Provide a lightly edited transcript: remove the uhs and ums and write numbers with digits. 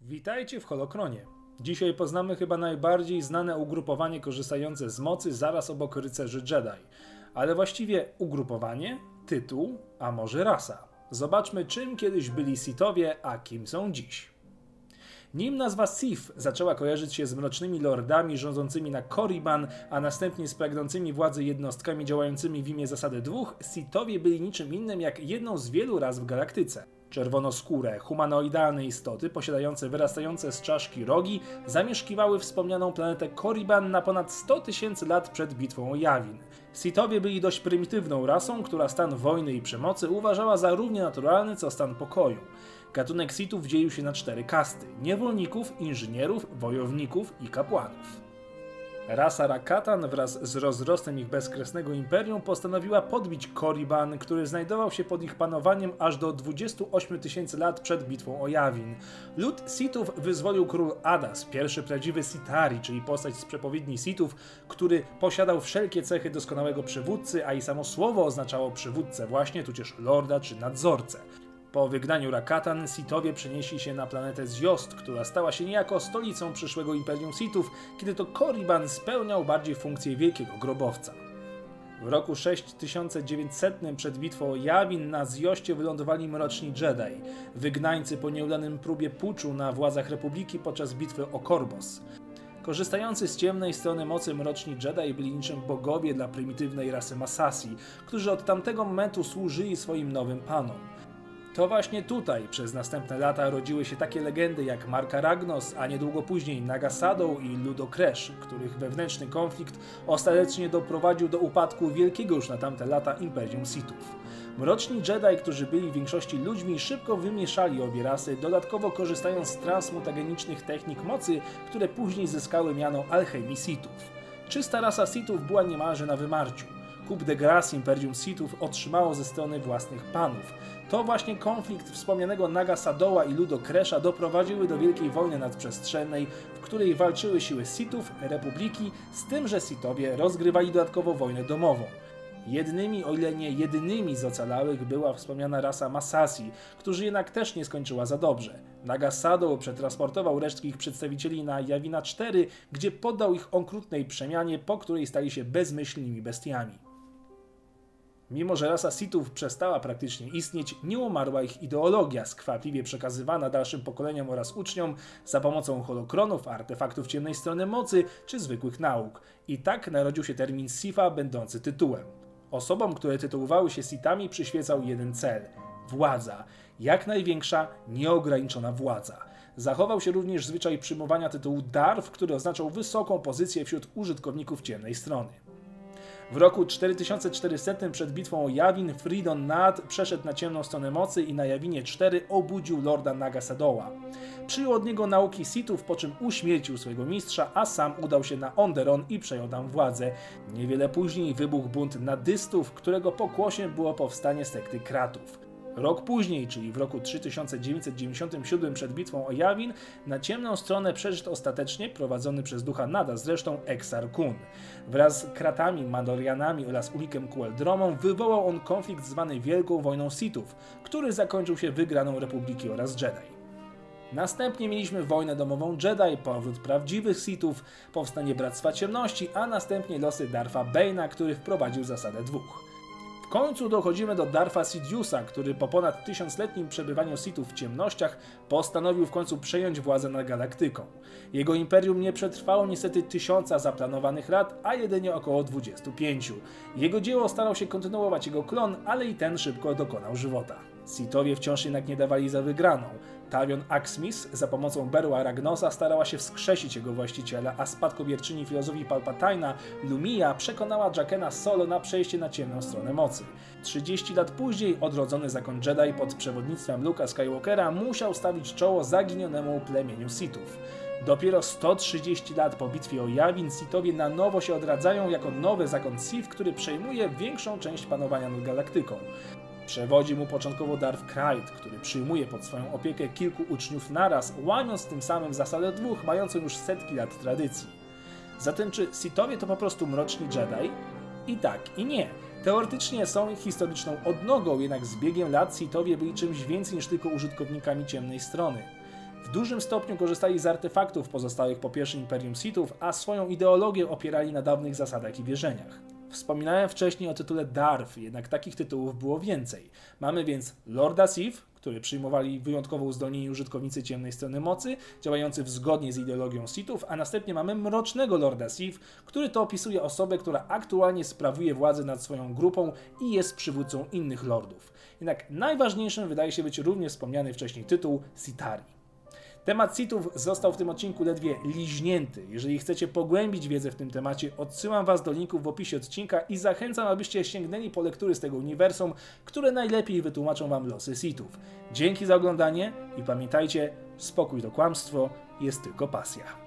Witajcie w Holokronie. Dzisiaj poznamy chyba najbardziej znane ugrupowanie korzystające z mocy zaraz obok rycerzy Jedi. Ale właściwie ugrupowanie, tytuł, a może rasa. Zobaczmy, czym kiedyś byli Sithowie, a kim są dziś. Nim nazwa Sith zaczęła kojarzyć się z mrocznymi lordami rządzącymi na Korriban, a następnie z pragnącymi władzy jednostkami działającymi w imię zasady dwóch, Sithowie byli niczym innym jak jedną z wielu ras w galaktyce. Czerwonoskóre, humanoidalne istoty posiadające wyrastające z czaszki rogi zamieszkiwały wspomnianą planetę Korriban na ponad 100 000 lat przed bitwą o Yavin. Sithowie byli dość prymitywną rasą, która stan wojny i przemocy uważała za równie naturalny co stan pokoju. Gatunek Sithów dzielił się na 4 kasty: niewolników, inżynierów, wojowników i kapłanów. Rasa Rakatan wraz z rozrostem ich bezkresnego imperium postanowiła podbić Korriban, który znajdował się pod ich panowaniem aż do 28 000 lat przed bitwą o Yavin. Lud Sithów wyzwolił król Adas, pierwszy prawdziwy Sithari, czyli postać z przepowiedni Sithów, który posiadał wszelkie cechy doskonałego przywódcy, a i samo słowo oznaczało przywódcę właśnie, tudzież lorda czy nadzorcę. Po wygnaniu Rakatan, Sithowie przenieśli się na planetę Zjost, która stała się niejako stolicą przyszłego Imperium Sithów, kiedy to Korriban spełniał bardziej funkcję wielkiego grobowca. W roku 6900 przed bitwą o Yavin na Zjoście wylądowali mroczni Jedi, wygnańcy po nieudanym próbie puczu na władzach Republiki podczas bitwy o Korbos. Korzystający z ciemnej strony mocy mroczni Jedi byli niczym bogowie dla prymitywnej rasy Massassi, którzy od tamtego momentu służyli swoim nowym panom. To właśnie tutaj przez następne lata rodziły się takie legendy jak Marka Ragnos, a niedługo później Naga Sadow i Ludo Kresh, których wewnętrzny konflikt ostatecznie doprowadził do upadku wielkiego już na tamte lata Imperium Sithów. Mroczni Jedi, którzy byli w większości ludźmi, szybko wymieszali obie rasy, dodatkowo korzystając z transmutagenicznych technik mocy, które później zyskały miano alchemii Sithów. Czysta rasa Sithów była niemalże na wymarciu. Coup de grâce Imperium Sithów otrzymało ze strony własnych panów. To właśnie konflikt wspomnianego Naga Sadowa i Ludo Kresha doprowadziły do Wielkiej Wojny Nadprzestrzennej, w której walczyły siły Sithów, Republiki, z tym, że Sithowie rozgrywali dodatkowo wojnę domową. Jednymi, o ile nie jedynymi z ocalałych była wspomniana rasa Massassi, którzy jednak też nie skończyła za dobrze. Naga Sadow przetransportował resztki ich przedstawicieli na Yavina 4, gdzie poddał ich okrutnej przemianie, po której stali się bezmyślnymi bestiami. Mimo że rasa Sithów przestała praktycznie istnieć, nie umarła ich ideologia, skwapliwie przekazywana dalszym pokoleniom oraz uczniom za pomocą holokronów, artefaktów ciemnej strony mocy czy zwykłych nauk. I tak narodził się termin Sitha, będący tytułem. Osobom, które tytułowały się Sithami, przyświecał jeden cel – władza. Jak największa, nieograniczona władza. Zachował się również zwyczaj przyjmowania tytułu Darth, który oznaczał wysoką pozycję wśród użytkowników ciemnej strony. W roku 4400 przed bitwą o Yavin Freedon Nadd przeszedł na ciemną stronę mocy i na Yavinie 4 obudził lorda Naga Sadowa. Przyjął od niego nauki Sithów, po czym uśmiercił swojego mistrza, a sam udał się na Onderon i przejął tam władzę. Niewiele później wybuchł bunt Naddystów, którego pokłosiem było powstanie sekty Kratów. Rok później, czyli w roku 3997 przed bitwą o Yavin, na ciemną stronę przeszedł ostatecznie, prowadzony przez ducha Nadda zresztą, Exar Kun. Wraz z Kratami, Mandalorianami oraz Ulikiem Queldromą wywołał on konflikt zwany Wielką Wojną Sithów, który zakończył się wygraną Republiki oraz Jedi. Następnie mieliśmy wojnę domową Jedi, powrót prawdziwych Sithów, powstanie Bractwa Ciemności, a następnie losy Dartha Bane'a, który wprowadził zasadę dwóch. W końcu dochodzimy do Dartha Sidiousa, który po ponad 1000-letnim przebywaniu Sithów w ciemnościach postanowił w końcu przejąć władzę nad galaktyką. Jego imperium nie przetrwało niestety 1000 zaplanowanych lat, a jedynie około 25. Jego dzieło starał się kontynuować jego klon, ale i ten szybko dokonał żywota. Sithowie wciąż jednak nie dawali za wygraną. Tavion Axmis za pomocą berła Ragnosa starała się wskrzesić jego właściciela, a spadkobierczyni filozofii Palpatina, Lumia, przekonała Jaqena Solo na przejście na ciemną stronę mocy. 30 lat później odrodzony zakon Jedi pod przewodnictwem Luke'a Skywalkera musiał stawić czoło zaginionemu plemieniu Sithów. Dopiero 130 lat po bitwie o Yavin Sithowie na nowo się odradzają jako nowy zakon Sith, który przejmuje większą część panowania nad galaktyką. Przewodzi mu początkowo Darth Krayt, który przyjmuje pod swoją opiekę kilku uczniów naraz, łamiąc tym samym zasadę dwóch, mającą już setki lat tradycji. Zatem czy Sithowie to po prostu mroczni Jedi? I tak, i nie. Teoretycznie są ich historyczną odnogą, jednak z biegiem lat Sithowie byli czymś więcej niż tylko użytkownikami ciemnej strony. W dużym stopniu korzystali z artefaktów pozostałych po pierwszym Imperium Sithów, a swoją ideologię opierali na dawnych zasadach i wierzeniach. Wspominałem wcześniej o tytule Darth, jednak takich tytułów było więcej. Mamy więc Lorda Sith, który przyjmowali wyjątkowo uzdolnieni użytkownicy ciemnej strony mocy, działający zgodnie z ideologią Sithów, a następnie mamy Mrocznego Lorda Sith, który to opisuje osobę, która aktualnie sprawuje władzę nad swoją grupą i jest przywódcą innych lordów. Jednak najważniejszym wydaje się być również wspomniany wcześniej tytuł Sithari. Temat Sithów został w tym odcinku ledwie liźnięty. Jeżeli chcecie pogłębić wiedzę w tym temacie, odsyłam Was do linków w opisie odcinka i zachęcam, abyście sięgnęli po lektury z tego uniwersum, które najlepiej wytłumaczą Wam losy Sithów. Dzięki za oglądanie i pamiętajcie, spokój to kłamstwo, jest tylko pasja.